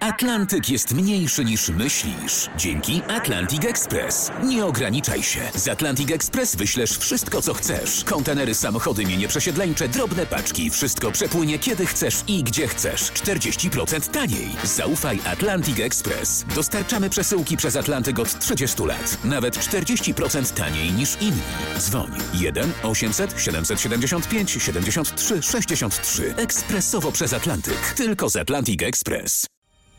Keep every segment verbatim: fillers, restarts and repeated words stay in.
Atlantyk jest mniejszy niż myślisz. Dzięki Atlantic Express. Nie ograniczaj się. Z Atlantic Express wyślesz wszystko, co chcesz. Kontenery, samochody, mienie przesiedleńcze, drobne paczki. Wszystko przepłynie kiedy chcesz i gdzie chcesz. czterdzieści procent taniej. Zaufaj Atlantic Express. Dostarczamy przesyłki przez Atlantyk od trzydziestu lat. Nawet czterdzieści procent taniej niż inni. Dzwoń jeden osiemset siedemset siedemdziesiąt pięć siedemdziesiąt trzy sześćdziesiąt trzy. Ekspresowo przez Atlantyk. Tylko z Atlantic Express.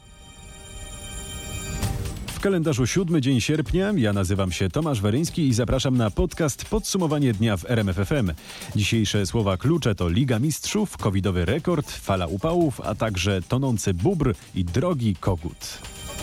W kalendarzu siódmy dzień sierpnia. Ja nazywam się Tomasz Weryński i zapraszam na podcast Podsumowanie dnia w R M F F M. Dzisiejsze słowa klucze to Liga Mistrzów, covidowy rekord, fala upałów, a także tonący bóbr i drogi kogut.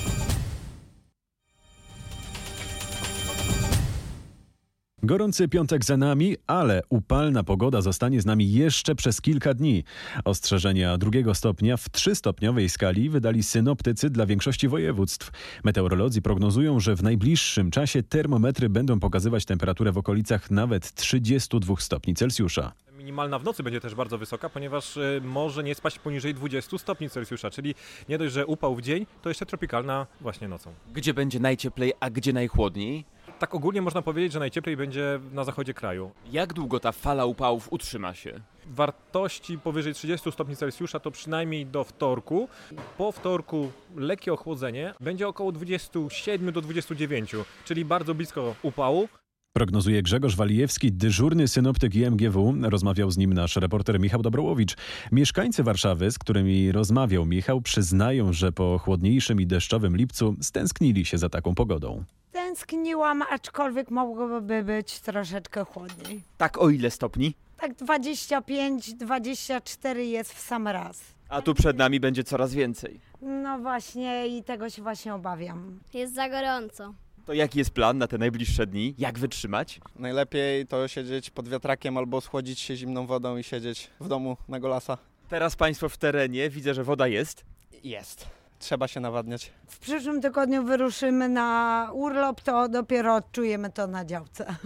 Gorący piątek za nami, ale upalna pogoda zostanie z nami jeszcze przez kilka dni. Ostrzeżenia drugiego stopnia w trzystopniowej skali wydali synoptycy dla większości województw. Meteorolodzy prognozują, że w najbliższym czasie termometry będą pokazywać temperaturę w okolicach nawet trzydziestu dwóch stopni Celsjusza. Minimalna w nocy będzie też bardzo wysoka, ponieważ y, może nie spaść poniżej dwudziestu stopni Celsjusza, czyli nie dość, że upał w dzień, to jeszcze tropikalna właśnie nocą. Gdzie będzie najcieplej, a gdzie najchłodniej? Tak ogólnie można powiedzieć, że najcieplej będzie na zachodzie kraju. Jak długo ta fala upałów utrzyma się? Wartości powyżej trzydziestu stopni Celsjusza to przynajmniej do wtorku. Po wtorku lekkie ochłodzenie będzie około dwudziestu siedmiu do dwudziestu dziewięciu, czyli bardzo blisko upału. Prognozuje Grzegorz Walijewski, dyżurny synoptyk I M G W. Rozmawiał z nim nasz reporter Michał Dobrołowicz. Mieszkańcy Warszawy, z którymi rozmawiał Michał, przyznają, że po chłodniejszym i deszczowym lipcu stęsknili się za taką pogodą. Tęskniłam, aczkolwiek mogłoby być troszeczkę chłodniej. Tak o ile stopni? Tak dwadzieścia pięć dwadzieścia cztery jest w sam raz. A tu przed nami będzie coraz więcej. No właśnie i tego się właśnie obawiam. Jest za gorąco. To jaki jest plan na te najbliższe dni? Jak wytrzymać? Najlepiej to siedzieć pod wiatrakiem albo schłodzić się zimną wodą i siedzieć w domu na golasa. Teraz państwo w terenie, widzę, że woda jest. Jest. Trzeba się nawadniać. W przyszłym tygodniu wyruszymy na urlop, to dopiero odczujemy to na działce.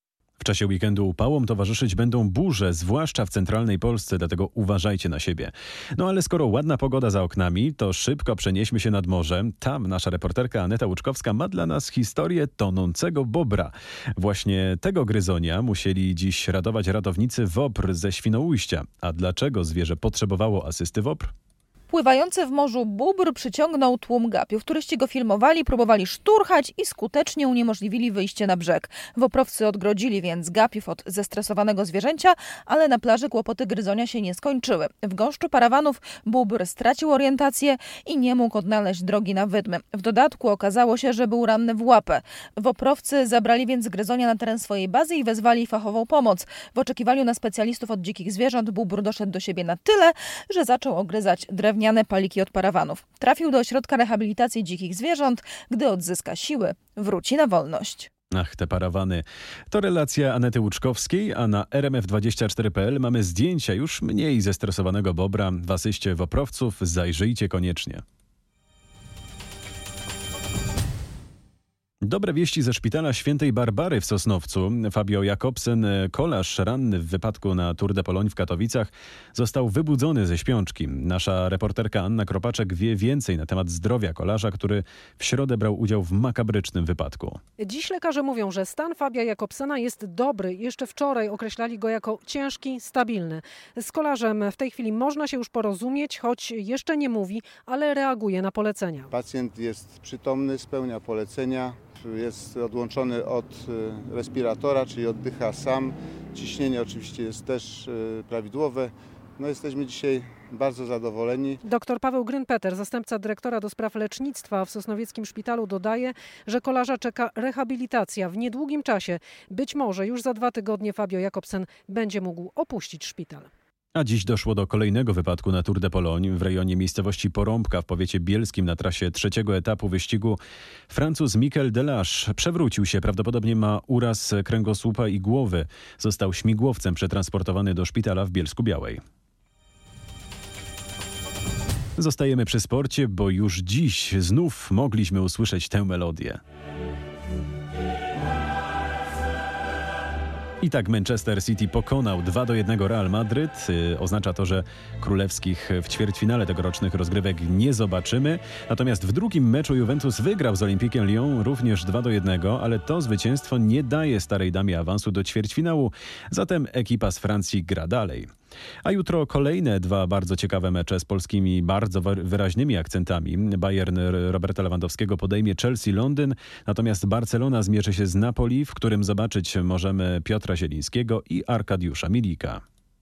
W czasie weekendu upałom towarzyszyć będą burze, zwłaszcza w centralnej Polsce, dlatego uważajcie na siebie. No ale skoro ładna pogoda za oknami, to szybko przenieśmy się nad morze. Tam nasza reporterka Aneta Łuczkowska ma dla nas historię tonącego bobra. Właśnie tego gryzonia musieli dziś ratować ratownicy WOPR ze Świnoujścia. A dlaczego zwierzę potrzebowało asysty WOPR? Pływający w morzu bóbr przyciągnął tłum gapiów. Turyści go filmowali, próbowali szturchać i skutecznie uniemożliwili wyjście na brzeg. Woprowcy odgrodzili więc gapiów od zestresowanego zwierzęcia, ale na plaży kłopoty gryzonia się nie skończyły. W gąszczu parawanów bóbr stracił orientację i nie mógł odnaleźć drogi na wydmy. W dodatku okazało się, że był ranny w łapę. Woprowcy zabrali więc gryzonia na teren swojej bazy i wezwali fachową pomoc. W oczekiwaniu na specjalistów od dzikich zwierząt bóbr doszedł do siebie na tyle, że zaczął ogryzać drewniane paliki od parawanów. Trafił do ośrodka rehabilitacji dzikich zwierząt. Gdy odzyska siły, wróci na wolność. Ach, te parawany. To relacja Anety Łuczkowskiej, a na R M F dwadzieścia cztery kropka p l mamy zdjęcia już mniej zestresowanego bobra. W asyście woprowców zajrzyjcie koniecznie. Dobre wieści ze szpitala Świętej Barbary w Sosnowcu. Fabio Jakobsen, kolarz ranny w wypadku na Tour de Pologne w Katowicach, został wybudzony ze śpiączki. Nasza reporterka Anna Kropaczek wie więcej na temat zdrowia kolarza, który w środę brał udział w makabrycznym wypadku. Dziś lekarze mówią, że stan Fabia Jakobsena jest dobry. Jeszcze wczoraj określali go jako ciężki, stabilny. Z kolarzem w tej chwili można się już porozumieć, choć jeszcze nie mówi, ale reaguje na polecenia. Pacjent jest przytomny, spełnia polecenia. Jest odłączony od respiratora, czyli oddycha sam. Ciśnienie oczywiście jest też prawidłowe. No jesteśmy dzisiaj bardzo zadowoleni. Doktor Paweł Gryn-Peter, zastępca dyrektora do spraw lecznictwa w Sosnowieckim Szpitalu, dodaje, że kolarza czeka rehabilitacja w niedługim czasie. Być może już za dwa tygodnie Fabio Jakobsen będzie mógł opuścić szpital. A dziś doszło do kolejnego wypadku na Tour de Pologne w rejonie miejscowości Porąbka w powiecie bielskim na trasie trzeciego etapu wyścigu. Francuz Mikel Delage przewrócił się, prawdopodobnie ma uraz kręgosłupa i głowy. Został śmigłowcem przetransportowany do szpitala w Bielsku-Białej. Zostajemy przy sporcie, bo już dziś znów mogliśmy usłyszeć tę melodię. I tak Manchester City pokonał dwa do jednego Real Madryt. Yy, oznacza to, że królewskich w ćwierćfinale tegorocznych rozgrywek nie zobaczymy. Natomiast w drugim meczu Juventus wygrał z Olympiquem Lyon również dwa do jednego, ale to zwycięstwo nie daje Starej Damie awansu do ćwierćfinału. Zatem ekipa z Francji gra dalej. A jutro kolejne dwa bardzo ciekawe mecze z polskimi bardzo wyraźnymi akcentami. Bayern Roberta Lewandowskiego podejmie Chelsea Londyn, natomiast Barcelona zmierzy się z Napoli, w którym zobaczyć możemy Piotra Zielińskiego i Arkadiusza Milika.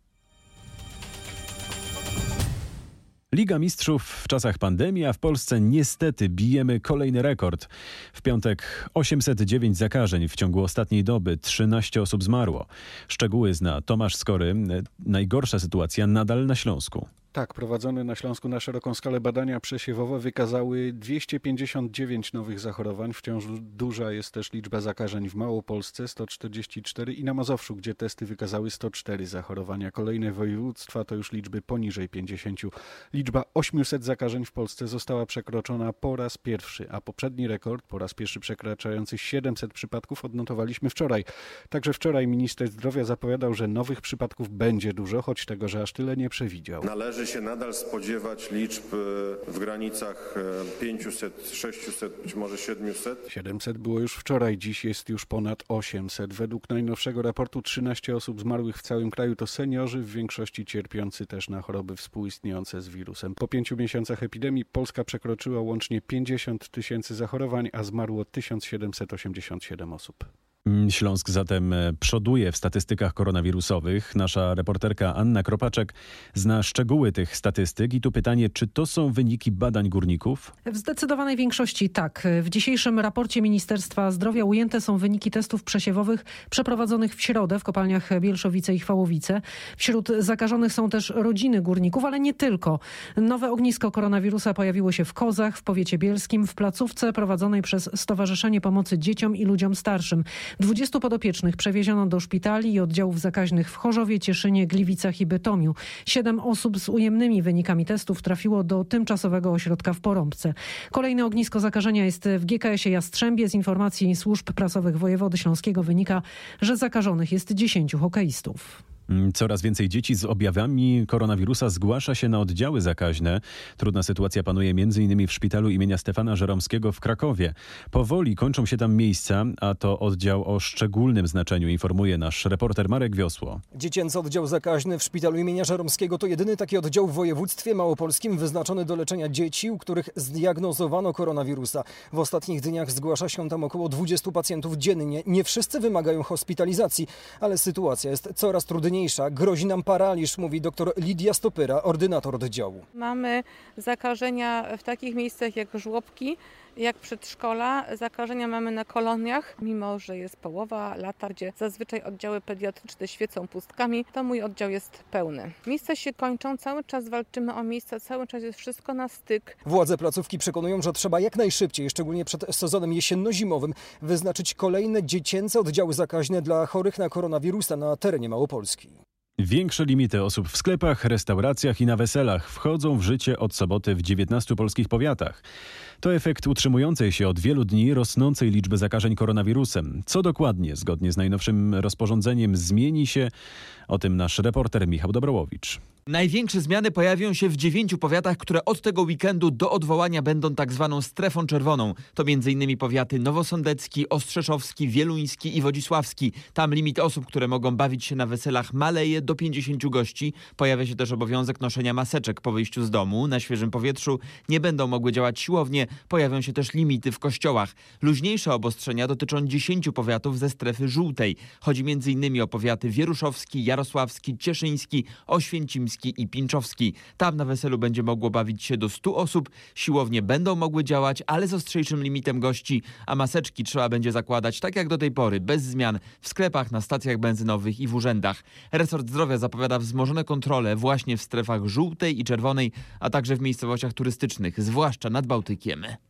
Liga Mistrzów w czasach pandemii, a w Polsce niestety bijemy kolejny rekord. W piątek osiemset dziewięć zakażeń w ciągu ostatniej doby, trzynaście osób zmarło. Szczegóły zna Tomasz Skory. Najgorsza sytuacja nadal na Śląsku. Tak, prowadzone na Śląsku na szeroką skalę badania przesiewowe wykazały dwieście pięćdziesiąt dziewięć nowych zachorowań. Wciąż duża jest też liczba zakażeń w Małopolsce, sto czterdzieści cztery, i na Mazowszu, gdzie testy wykazały sto cztery zachorowania. Kolejne województwa to już liczby poniżej pięćdziesięciu. Liczba osiemset zakażeń w Polsce została przekroczona po raz pierwszy, a poprzedni rekord, po raz pierwszy przekraczający siedemset przypadków, odnotowaliśmy wczoraj. Także wczoraj minister zdrowia zapowiadał, że nowych przypadków będzie dużo, choć tego, że aż tyle nie przewidział. Należy się nadal spodziewać liczb w granicach pięciuset, sześciuset, być może siedmiuset. siedemset było już wczoraj, dziś jest już ponad osiemset. Według najnowszego raportu trzynaście osób zmarłych w całym kraju to seniorzy, w większości cierpiący też na choroby współistniejące z wirusem. Po pięciu miesiącach epidemii Polska przekroczyła łącznie pięćdziesiąt tysięcy zachorowań, a zmarło tysiąc siedemset osiemdziesiąt siedem osób. Śląsk zatem przoduje w statystykach koronawirusowych. Nasza reporterka Anna Kropaczek zna szczegóły tych statystyk i tu pytanie, czy to są wyniki badań górników? W zdecydowanej większości tak. W dzisiejszym raporcie Ministerstwa Zdrowia ujęte są wyniki testów przesiewowych przeprowadzonych w środę w kopalniach Bielszowice i Chwałowice. Wśród zakażonych są też rodziny górników, ale nie tylko. Nowe ognisko koronawirusa pojawiło się w Kozach, w powiecie bielskim, w placówce prowadzonej przez Stowarzyszenie Pomocy Dzieciom i Ludziom Starszym. dwudziestu podopiecznych przewieziono do szpitali i oddziałów zakaźnych w Chorzowie, Cieszynie, Gliwicach i Bytomiu. Siedem osób z ujemnymi wynikami testów trafiło do tymczasowego ośrodka w Porąbce. Kolejne ognisko zakażenia jest w G K S-ie Jastrzębie. Z informacji służb prasowych wojewody śląskiego wynika, że zakażonych jest dziesięciu hokeistów. Coraz więcej dzieci z objawami koronawirusa zgłasza się na oddziały zakaźne. Trudna sytuacja panuje między innymi w szpitalu imienia Stefana Żeromskiego w Krakowie. Powoli kończą się tam miejsca, a to oddział o szczególnym znaczeniu, informuje nasz reporter Marek Wiosło. Dziecięcy oddział zakaźny w szpitalu imienia Żeromskiego to jedyny taki oddział w województwie małopolskim wyznaczony do leczenia dzieci, u których zdiagnozowano koronawirusa. W ostatnich dniach zgłasza się tam około dwudziestu pacjentów dziennie. Nie wszyscy wymagają hospitalizacji, ale sytuacja jest coraz trudniejsza. Grozi nam paraliż, mówi dr Lidia Stopyra, ordynator oddziału. Mamy zakażenia w takich miejscach jak żłobki, jak przedszkola. Zakażenia mamy na koloniach, mimo że jest połowa lata, gdzie zazwyczaj oddziały pediatryczne świecą pustkami, to mój oddział jest pełny. Miejsca się kończą, cały czas walczymy o miejsca, cały czas jest wszystko na styk. Władze placówki przekonują, że trzeba jak najszybciej, szczególnie przed sezonem jesienno-zimowym, wyznaczyć kolejne dziecięce oddziały zakaźne dla chorych na koronawirusa na terenie Małopolski. Większe limity osób w sklepach, restauracjach i na weselach wchodzą w życie od soboty w dziewiętnastu polskich powiatach. To efekt utrzymującej się od wielu dni rosnącej liczby zakażeń koronawirusem. Co dokładnie, zgodnie z najnowszym rozporządzeniem, zmieni się? O tym nasz reporter Michał Dobrołowicz. Największe zmiany pojawią się w dziewięciu powiatach, które od tego weekendu do odwołania będą tak zwaną strefą czerwoną. To między innymi powiaty nowosądecki, ostrzeszowski, wieluński i wodzisławski. Tam limit osób, które mogą bawić się na weselach, maleje do pięćdziesięciu gości. Pojawia się też obowiązek noszenia maseczek po wyjściu z domu. Na świeżym powietrzu nie będą mogły działać siłownie. Pojawią się też limity w kościołach. Luźniejsze obostrzenia dotyczą dziesięciu powiatów ze strefy żółtej. Chodzi między innymi o powiaty wieruszowski, jarosławski, cieszyński, oświęcimski i Pinczowski. Tam na weselu będzie mogło bawić się do stu osób. Siłownie będą mogły działać, ale z ostrzejszym limitem gości, a maseczki trzeba będzie zakładać tak jak do tej pory, bez zmian, w sklepach, na stacjach benzynowych i w urzędach. Resort Zdrowia zapowiada wzmożone kontrole właśnie w strefach żółtej i czerwonej, a także w miejscowościach turystycznych, zwłaszcza nad Bałtykiem.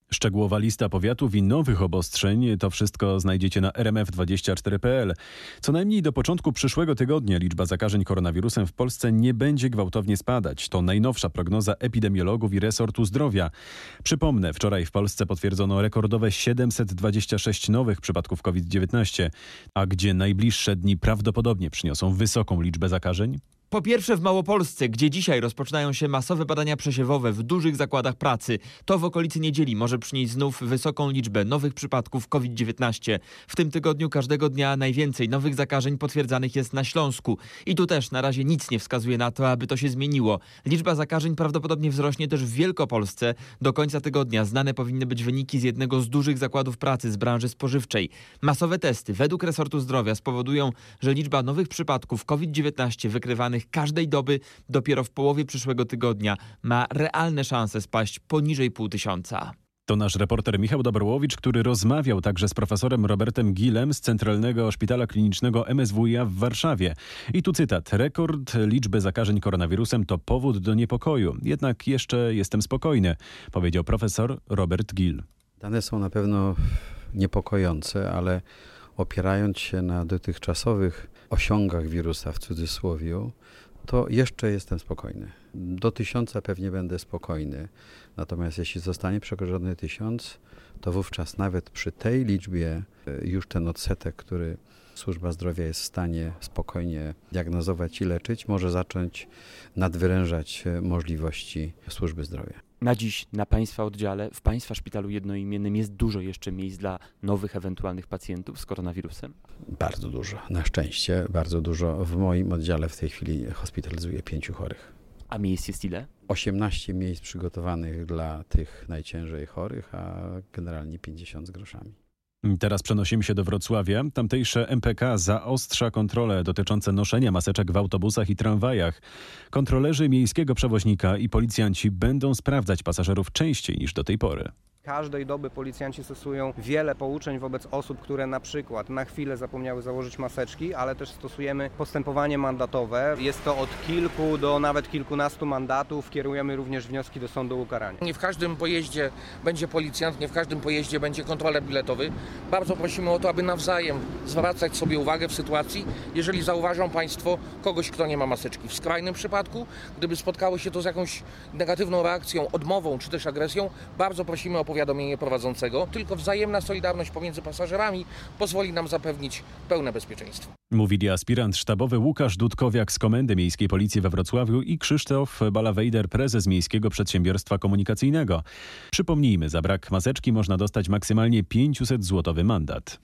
Szczegółowa lista powiatów i nowych obostrzeń to wszystko znajdziecie na r m f dwadzieścia cztery kropka p l. Co najmniej do początku przyszłego tygodnia liczba zakażeń koronawirusem w Polsce nie będzie gwałtownie spadać. To najnowsza prognoza epidemiologów i resortu zdrowia. Przypomnę, wczoraj w Polsce potwierdzono rekordowe siedemset dwadzieścia sześć nowych przypadków COVID dziewiętnaście, a gdzie najbliższe dni prawdopodobnie przyniosą wysoką liczbę zakażeń? Po pierwsze w Małopolsce, gdzie dzisiaj rozpoczynają się masowe badania przesiewowe w dużych zakładach pracy. To w okolicy niedzieli może przynieść znów wysoką liczbę nowych przypadków COVID dziewiętnaście. W tym tygodniu każdego dnia najwięcej nowych zakażeń potwierdzanych jest na Śląsku. I tu też na razie nic nie wskazuje na to, aby to się zmieniło. Liczba zakażeń prawdopodobnie wzrośnie też w Wielkopolsce. Do końca tygodnia znane powinny być wyniki z jednego z dużych zakładów pracy z branży spożywczej. Masowe testy według resortu zdrowia spowodują, że liczba nowych przypadków COVID dziewiętnaście wykrywanych każdej doby dopiero w połowie przyszłego tygodnia ma realne szanse spaść poniżej pół tysiąca. To nasz reporter Michał Dobrowicz, który rozmawiał także z profesorem Robertem Gillem z Centralnego Szpitala Klinicznego M S W i A w Warszawie. I tu cytat. Rekord liczby zakażeń koronawirusem to powód do niepokoju. Jednak jeszcze jestem spokojny, powiedział profesor Robert Gill. Dane są na pewno niepokojące, ale opierając się na dotychczasowych osiągach wirusa w cudzysłowie, to jeszcze jestem spokojny. Do tysiąca pewnie będę spokojny. Natomiast jeśli zostanie przekroczony tysiąc, to wówczas nawet przy tej liczbie już ten odsetek, który służba zdrowia jest w stanie spokojnie diagnozować i leczyć, może zacząć nadwyrężać możliwości służby zdrowia. Na dziś na Państwa oddziale, w Państwa szpitalu jednoimiennym jest dużo jeszcze miejsc dla nowych ewentualnych pacjentów z koronawirusem? Bardzo dużo. Na szczęście bardzo dużo. W moim oddziale w tej chwili hospitalizuję pięciu chorych. A miejsc jest ile? osiemnaście miejsc przygotowanych dla tych najciężej chorych, a generalnie pięćdziesiąt z groszami. Teraz przenosimy się do Wrocławia. Tamtejsze M P K zaostrza kontrole dotyczące noszenia maseczek w autobusach i tramwajach. Kontrolerzy miejskiego przewoźnika i policjanci będą sprawdzać pasażerów częściej niż do tej pory. Każdej doby policjanci stosują wiele pouczeń wobec osób, które na przykład na chwilę zapomniały założyć maseczki, ale też stosujemy postępowanie mandatowe. Jest to od kilku do nawet kilkunastu mandatów. Kierujemy również wnioski do sądu ukarania. Nie w każdym pojeździe będzie policjant, nie w każdym pojeździe będzie kontroler biletowy. Bardzo prosimy o to, aby nawzajem zwracać sobie uwagę w sytuacji, jeżeli zauważą Państwo kogoś, kto nie ma maseczki. W skrajnym przypadku, gdyby spotkało się to z jakąś negatywną reakcją, odmową czy też agresją, bardzo prosimy o powiadomienie prowadzącego. Tylko wzajemna solidarność pomiędzy pasażerami pozwoli nam zapewnić pełne bezpieczeństwo. Mówili aspirant sztabowy Łukasz Dudkowiak z Komendy Miejskiej Policji we Wrocławiu i Krzysztof Balawejder, prezes Miejskiego Przedsiębiorstwa Komunikacyjnego. Przypomnijmy, za brak maseczki można dostać maksymalnie pięćset złotowy mandat.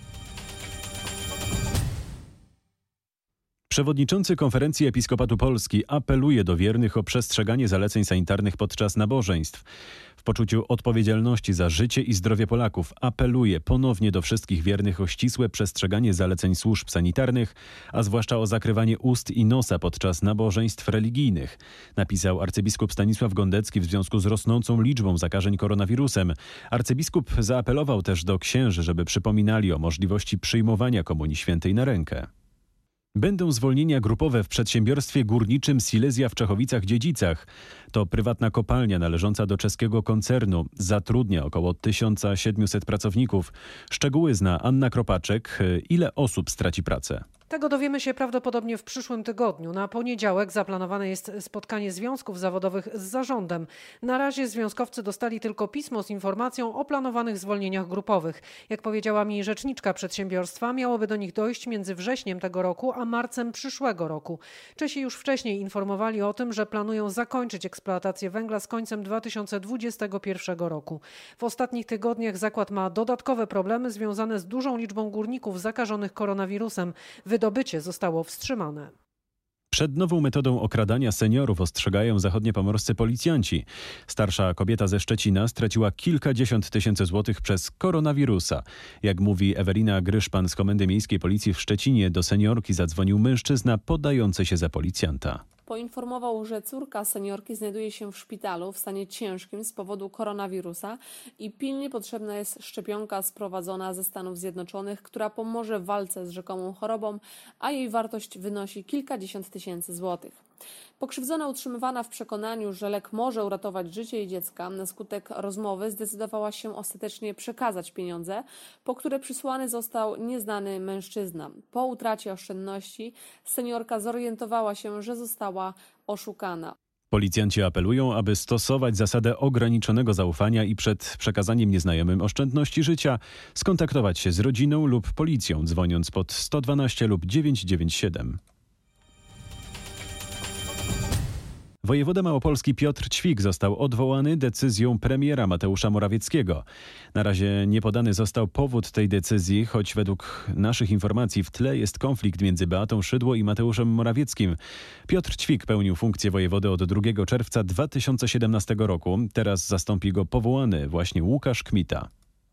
Przewodniczący Konferencji Episkopatu Polski apeluje do wiernych o przestrzeganie zaleceń sanitarnych podczas nabożeństw. W poczuciu odpowiedzialności za życie i zdrowie Polaków apeluje ponownie do wszystkich wiernych o ścisłe przestrzeganie zaleceń służb sanitarnych, a zwłaszcza o zakrywanie ust i nosa podczas nabożeństw religijnych, napisał arcybiskup Stanisław Gondecki w związku z rosnącą liczbą zakażeń koronawirusem. Arcybiskup zaapelował też do księży, żeby przypominali o możliwości przyjmowania Komunii Świętej na rękę. Będą zwolnienia grupowe w przedsiębiorstwie górniczym Silesia w Czechowicach-Dziedzicach. To prywatna kopalnia należąca do czeskiego koncernu. Zatrudnia około tysiąc siedemset pracowników. Szczegóły zna Anna Kropaczek. Ile osób straci pracę? Tego dowiemy się prawdopodobnie w przyszłym tygodniu. Na poniedziałek zaplanowane jest spotkanie związków zawodowych z zarządem. Na razie związkowcy dostali tylko pismo z informacją o planowanych zwolnieniach grupowych. Jak powiedziała mi rzeczniczka przedsiębiorstwa, miałoby do nich dojść między wrześniem tego roku a marcem przyszłego roku. Czesi już wcześniej informowali o tym, że planują zakończyć eksploatację węgla z końcem dwa tysiące dwudziestego pierwszego roku. W ostatnich tygodniach zakład ma dodatkowe problemy związane z dużą liczbą górników zakażonych koronawirusem. Wydobycie zostało wstrzymane. Przed nową metodą okradania seniorów ostrzegają zachodniopomorscy policjanci. Starsza kobieta ze Szczecina straciła kilkadziesiąt tysięcy złotych przez koronawirusa. Jak mówi Ewelina Gryszpan z Komendy Miejskiej Policji w Szczecinie, do seniorki zadzwonił mężczyzna podający się za policjanta. Poinformował, że córka seniorki znajduje się w szpitalu w stanie ciężkim z powodu koronawirusa i pilnie potrzebna jest szczepionka sprowadzona ze Stanów Zjednoczonych, która pomoże w walce z rzekomą chorobą, a jej wartość wynosi kilkadziesiąt tysięcy złotych. Pokrzywdzona utrzymywana w przekonaniu, że lek może uratować życie jej dziecka, na skutek rozmowy zdecydowała się ostatecznie przekazać pieniądze, po które przysłany został nieznany mężczyzna. Po utracie oszczędności seniorka zorientowała się, że została oszukana. Policjanci apelują, aby stosować zasadę ograniczonego zaufania i przed przekazaniem nieznajomym oszczędności życia skontaktować się z rodziną lub policją, dzwoniąc pod sto dwanaście lub dziewięćset dziewięćdziesiąt siedem. Wojewoda małopolski Piotr Ćwik został odwołany decyzją premiera Mateusza Morawieckiego. Na razie nie podany został powód tej decyzji, choć według naszych informacji w tle jest konflikt między Beatą Szydło i Mateuszem Morawieckim. Piotr Ćwik pełnił funkcję wojewody od drugiego czerwca dwa tysiące siedemnastego roku. Teraz zastąpi go powołany właśnie Łukasz Kmita.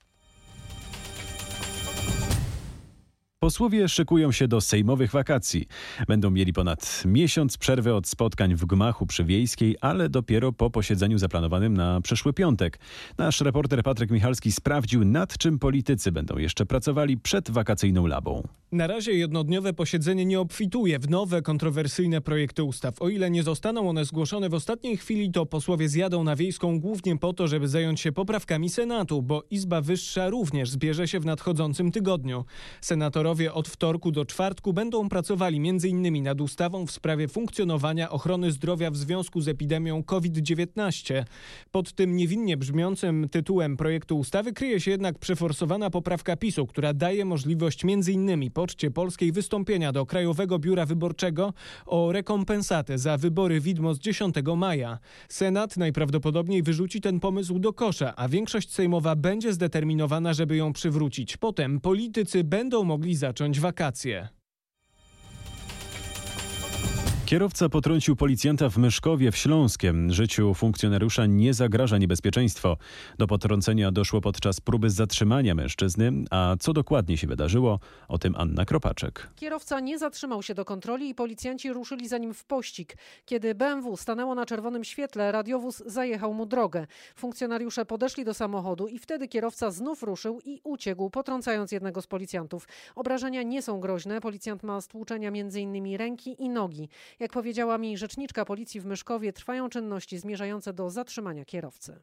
Posłowie szykują się do sejmowych wakacji. Będą mieli ponad miesiąc przerwy od spotkań w gmachu przy Wiejskiej, ale dopiero po posiedzeniu zaplanowanym na przyszły piątek. Nasz reporter Patryk Michalski sprawdził, nad czym politycy będą jeszcze pracowali przed wakacyjną labą. Na razie jednodniowe posiedzenie nie obfituje w nowe, kontrowersyjne projekty ustaw. O ile nie zostaną one zgłoszone w ostatniej chwili, to posłowie zjadą na Wiejską głównie po to, żeby zająć się poprawkami Senatu, bo Izba Wyższa również zbierze się w nadchodzącym tygodniu. Senatorowie od wtorku do czwartku będą pracowali między innymi nad ustawą w sprawie funkcjonowania ochrony zdrowia w związku z epidemią kowid dziewiętnaście. Pod tym niewinnie brzmiącym tytułem projektu ustawy kryje się jednak przeforsowana poprawka PiSu, która daje możliwość między innymi Poczcie Polskiej wystąpienia do Krajowego Biura Wyborczego o rekompensatę za wybory widmo z dziesiątego maja. Senat najprawdopodobniej wyrzuci ten pomysł do kosza, a większość sejmowa będzie zdeterminowana, żeby ją przywrócić. Potem politycy będą mogli zacząć wakacje. Kierowca potrącił policjanta w Myszkowie w Śląskiem. Życiu funkcjonariusza nie zagraża niebezpieczeństwo. Do potrącenia doszło podczas próby zatrzymania mężczyzny. A co dokładnie się wydarzyło? O tym Anna Kropaczek. Kierowca nie zatrzymał się do kontroli i policjanci ruszyli za nim w pościg. Kiedy B M W stanęło na czerwonym świetle, radiowóz zajechał mu drogę. Funkcjonariusze podeszli do samochodu i wtedy kierowca znów ruszył i uciekł, potrącając jednego z policjantów. Obrażenia nie są groźne. Policjant ma stłuczenia między innymi ręki i nogi. Jak powiedziała mi rzeczniczka policji w Myszkowie, trwają czynności zmierzające do zatrzymania kierowcy.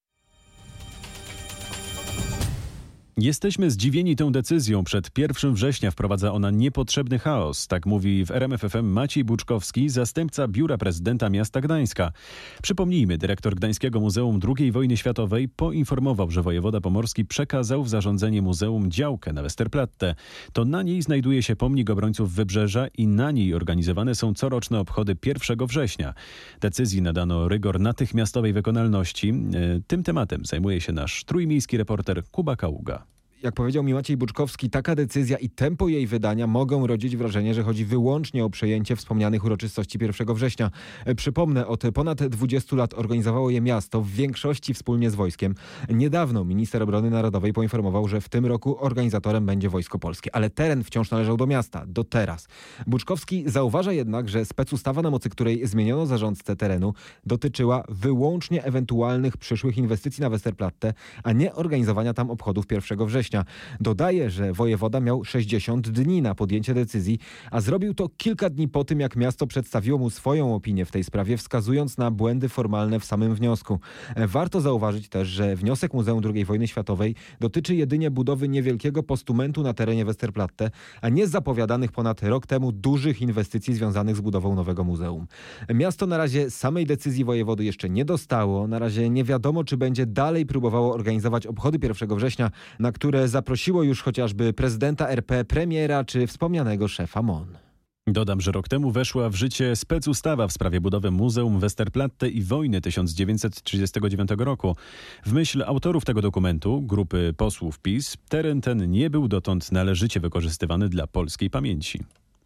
Jesteśmy zdziwieni tą decyzją. Przed pierwszego września wprowadza ona niepotrzebny chaos. Tak mówi w R M F F M Maciej Buczkowski, zastępca biura prezydenta miasta Gdańska. Przypomnijmy, dyrektor Gdańskiego Muzeum drugiej Wojny Światowej poinformował, że wojewoda pomorski przekazał w zarządzenie muzeum działkę na Westerplatte. To na niej znajduje się pomnik obrońców Wybrzeża i na niej organizowane są coroczne obchody pierwszego września. Decyzji nadano rygor natychmiastowej wykonalności. Tym tematem zajmuje się nasz trójmiejski reporter Kuba Kaługa. Jak powiedział mi Maciej Buczkowski, taka decyzja i tempo jej wydania mogą rodzić wrażenie, że chodzi wyłącznie o przejęcie wspomnianych uroczystości pierwszego września. Przypomnę, od ponad dwudziestu lat organizowało je miasto, w większości wspólnie z wojskiem. Niedawno minister obrony narodowej poinformował, że w tym roku organizatorem będzie Wojsko Polskie, ale teren wciąż należał do miasta, do teraz. Buczkowski zauważa jednak, że specustawa, na mocy której zmieniono zarządcę terenu, dotyczyła wyłącznie ewentualnych przyszłych inwestycji na Westerplatte, a nie organizowania tam obchodów pierwszego września. Dodaje, że wojewoda miał sześćdziesiąt dni na podjęcie decyzji, a zrobił to kilka dni po tym, jak miasto przedstawiło mu swoją opinię w tej sprawie, wskazując na błędy formalne w samym wniosku. Warto zauważyć też, że wniosek Muzeum drugiej Wojny Światowej dotyczy jedynie budowy niewielkiego postumentu na terenie Westerplatte, a nie zapowiadanych ponad rok temu dużych inwestycji związanych z budową nowego muzeum. Miasto na razie samej decyzji wojewody jeszcze nie dostało. Na razie nie wiadomo, czy będzie dalej próbowało organizować obchody pierwszego września, na które zaprosiło już chociażby prezydenta R P, premiera czy wspomnianego szefa M O N. Dodam, że rok temu weszła w życie specustawa w sprawie budowy Muzeum Westerplatte i wojny tysiąc dziewięćset trzydziestego dziewiątego roku. W myśl autorów tego dokumentu, grupy posłów PiS, teren ten nie był dotąd należycie wykorzystywany dla polskiej pamięci.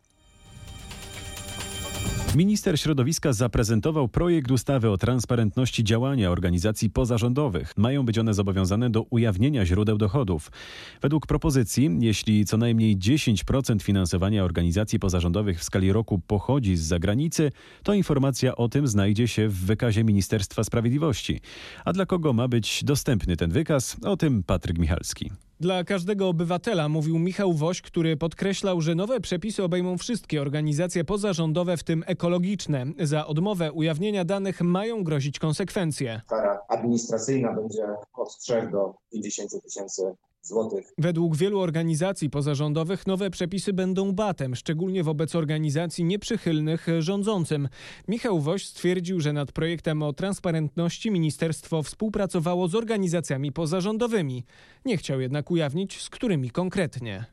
Minister środowiska zaprezentował projekt ustawy o transparentności działania organizacji pozarządowych. Mają być one zobowiązane do ujawnienia źródeł dochodów. Według propozycji, jeśli co najmniej dziesięć procent finansowania organizacji pozarządowych w skali roku pochodzi z zagranicy, to informacja o tym znajdzie się w wykazie Ministerstwa Sprawiedliwości. A dla kogo ma być dostępny ten wykaz? O tym Patryk Michalski. Dla każdego obywatela, mówił Michał Woś, który podkreślał, że nowe przepisy obejmą wszystkie organizacje pozarządowe, w tym ekologiczne. Za odmowę ujawnienia danych mają grozić konsekwencje. Kara administracyjna będzie od trzech do pięćdziesięciu tysięcy złotych. Według wielu organizacji pozarządowych nowe przepisy będą batem, szczególnie wobec organizacji nieprzychylnych rządzącym. Michał Woś stwierdził, że nad projektem o transparentności ministerstwo współpracowało z organizacjami pozarządowymi. Nie chciał jednak ujawnić, z którymi konkretnie.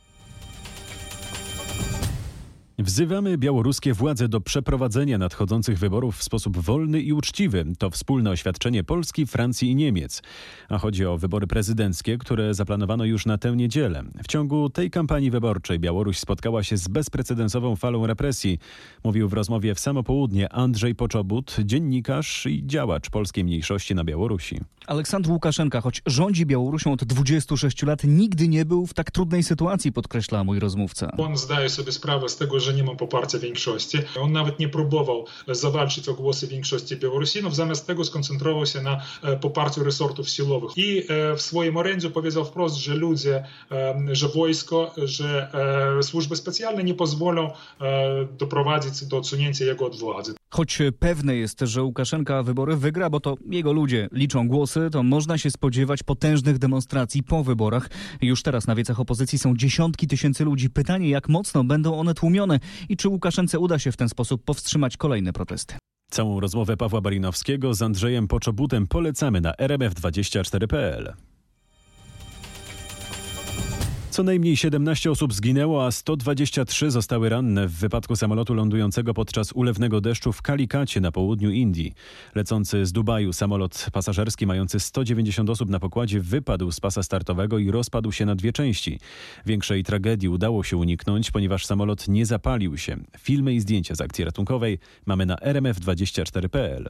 Wzywamy białoruskie władze do przeprowadzenia nadchodzących wyborów w sposób wolny i uczciwy. To wspólne oświadczenie Polski, Francji i Niemiec. A chodzi o wybory prezydenckie, które zaplanowano już na tę niedzielę. W ciągu tej kampanii wyborczej Białoruś spotkała się z bezprecedensową falą represji. Mówił w rozmowie w samo południe Andrzej Poczobut, dziennikarz i działacz polskiej mniejszości na Białorusi. Aleksandr Łukaszenka, choć rządzi Białorusią od dwudziestu sześciu lat, nigdy nie był w tak trudnej sytuacji, podkreśla mój rozmówca. On zdaje sobie sprawę z tego, że nie ma poparcia większości. On nawet nie próbował zawalczyć o głosy większości Białorusinów, zamiast tego skoncentrował się na poparciu resortów siłowych. I w swoim orędziu powiedział wprost, że ludzie, że wojsko, że służby specjalne nie pozwolą doprowadzić do odsunięcia jego od władzy. Choć pewne jest, że Łukaszenka wybory wygra, bo to jego ludzie liczą głosy, to można się spodziewać potężnych demonstracji po wyborach. Już teraz na wiecach opozycji są dziesiątki tysięcy ludzi. Pytanie, jak mocno będą one tłumione i czy Łukaszence uda się w ten sposób powstrzymać kolejne protesty. Całą rozmowę Pawła Barinowskiego z Andrzejem Poczobutem polecamy na r m f dwadzieścia cztery kropka p l. Co najmniej siedemnaście osób zginęło, a sto dwadzieścia trzy zostały ranne w wypadku samolotu lądującego podczas ulewnego deszczu w Kalikacie na południu Indii. Lecący z Dubaju samolot pasażerski mający sto dziewięćdziesiąt osób na pokładzie wypadł z pasa startowego i rozpadł się na dwie części. Większej tragedii udało się uniknąć, ponieważ samolot nie zapalił się. Filmy i zdjęcia z akcji ratunkowej mamy na r m f dwadzieścia cztery kropka p l.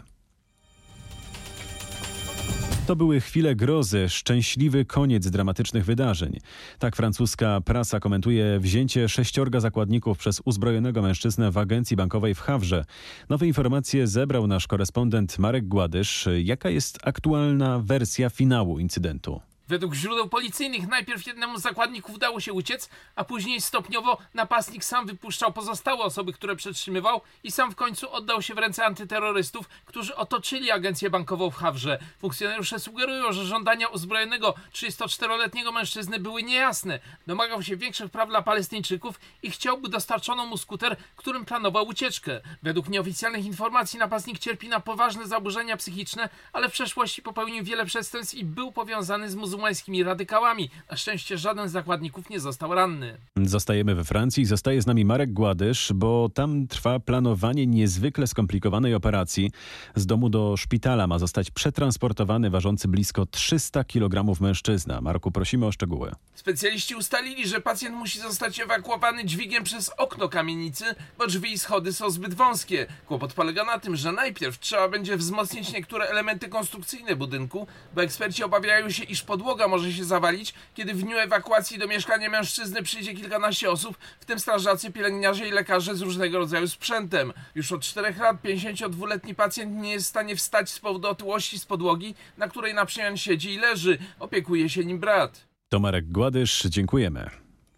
To były chwile grozy, szczęśliwy koniec dramatycznych wydarzeń. Tak francuska prasa komentuje wzięcie sześciorga zakładników przez uzbrojonego mężczyznę w agencji bankowej w Hawrze. Nowe informacje zebrał nasz korespondent Marek Gładysz. Jaka jest aktualna wersja finału incydentu? Według źródeł policyjnych najpierw jednemu z zakładników udało się uciec, a później stopniowo napastnik sam wypuszczał pozostałe osoby, które przetrzymywał i sam w końcu oddał się w ręce antyterrorystów, którzy otoczyli agencję bankową w Hawrze. Funkcjonariusze sugerują, że żądania uzbrojonego trzydziestoczteroletniego mężczyzny były niejasne. Domagał się większych praw dla Palestyńczyków i chciałby dostarczono mu skuter, którym planował ucieczkę. Według nieoficjalnych informacji napastnik cierpi na poważne zaburzenia psychiczne, ale w przeszłości popełnił wiele przestępstw i był powiązany z muzułmanami muzułmańskimi radykałami. Na szczęście żaden z zakładników nie został ranny. Zostajemy we Francji. Zostaje z nami Marek Gładysz, bo tam trwa planowanie niezwykle skomplikowanej operacji. Z domu do szpitala ma zostać przetransportowany ważący blisko trzysta kilogramów mężczyzna. Marku, prosimy o szczegóły. Specjaliści ustalili, że pacjent musi zostać ewakuowany dźwigiem przez okno kamienicy, bo drzwi i schody są zbyt wąskie. Kłopot polega na tym, że najpierw trzeba będzie wzmocnić niektóre elementy konstrukcyjne budynku, bo eksperci obawiają się, iż podłoga może się zawalić, kiedy w dniu ewakuacji do mieszkania mężczyzny przyjdzie kilkanaście osób, w tym strażacy, pielęgniarze i lekarze z różnego rodzaju sprzętem. Już od czterech lat pięćdziesięciodwuletni pacjent nie jest w stanie wstać z powodu otyłości z podłogi, na której na przemian siedzi i leży. Opiekuje się nim brat. To Marek Gładysz, dziękujemy.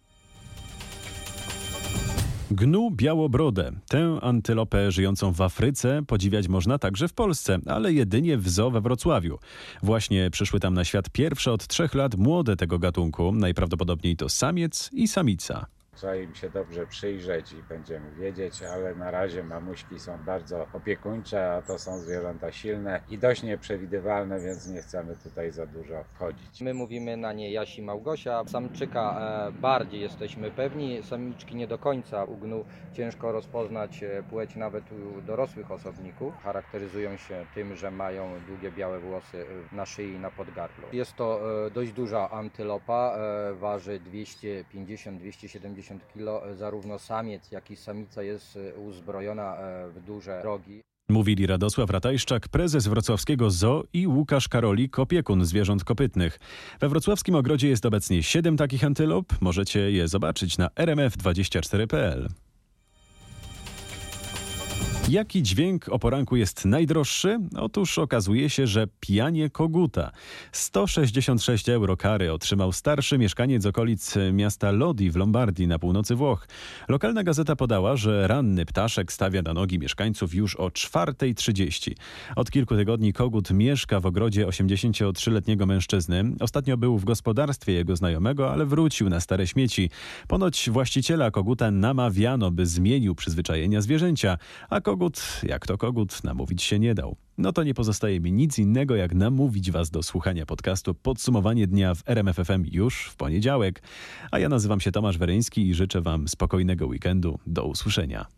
Gnu białobrodę. Tę antylopę żyjącą w Afryce podziwiać można także w Polsce, ale jedynie w zoo we Wrocławiu. Właśnie przyszły tam na świat pierwsze od trzech lat młode tego gatunku. Najprawdopodobniej to samiec i samica. Trzeba im się dobrze przyjrzeć i będziemy wiedzieć, ale na razie mamuśki są bardzo opiekuńcze, a to są zwierzęta silne i dość nieprzewidywalne, więc nie chcemy tutaj za dużo wchodzić. My mówimy na nie Jasi Małgosia. Samczyka e, bardziej jesteśmy pewni, samiczki nie do końca. U gnu ciężko rozpoznać płeć nawet u dorosłych osobników. Charakteryzują się tym, że mają długie białe włosy na szyi i na podgardlu. Jest to e, dość duża antylopa, e, waży dwieście pięćdziesiąt do dwustu siedemdziesięciu kilo. Zarówno samiec, jak i samica jest uzbrojona w duże rogi. Mówili Radosław Ratajszczak, prezes wrocławskiego zoo i Łukasz Karolik, opiekun zwierząt kopytnych. We wrocławskim ogrodzie jest obecnie siedem takich antylop. Możecie je zobaczyć na r m f dwadzieścia cztery kropka p l. Jaki dźwięk o poranku jest najdroższy? Otóż okazuje się, że pijanie koguta. sto sześćdziesiąt sześć euro kary otrzymał starszy mieszkaniec okolic miasta Lodi w Lombardii na północy Włoch. Lokalna gazeta podała, że ranny ptaszek stawia na nogi mieszkańców już o czwartej trzydzieści. Od kilku tygodni kogut mieszka w ogrodzie osiemdziesięciotrzyletniego mężczyzny. Ostatnio był w gospodarstwie jego znajomego, ale wrócił na stare śmieci. Ponoć właściciela koguta namawiano, by zmienił przyzwyczajenia zwierzęcia, a kogut, jak to kogut, namówić się nie dał. No to nie pozostaje mi nic innego, jak namówić was do słuchania podcastu Podsumowanie dnia w R M F F M już w poniedziałek. A ja nazywam się Tomasz Weryński i życzę wam spokojnego weekendu. Do usłyszenia.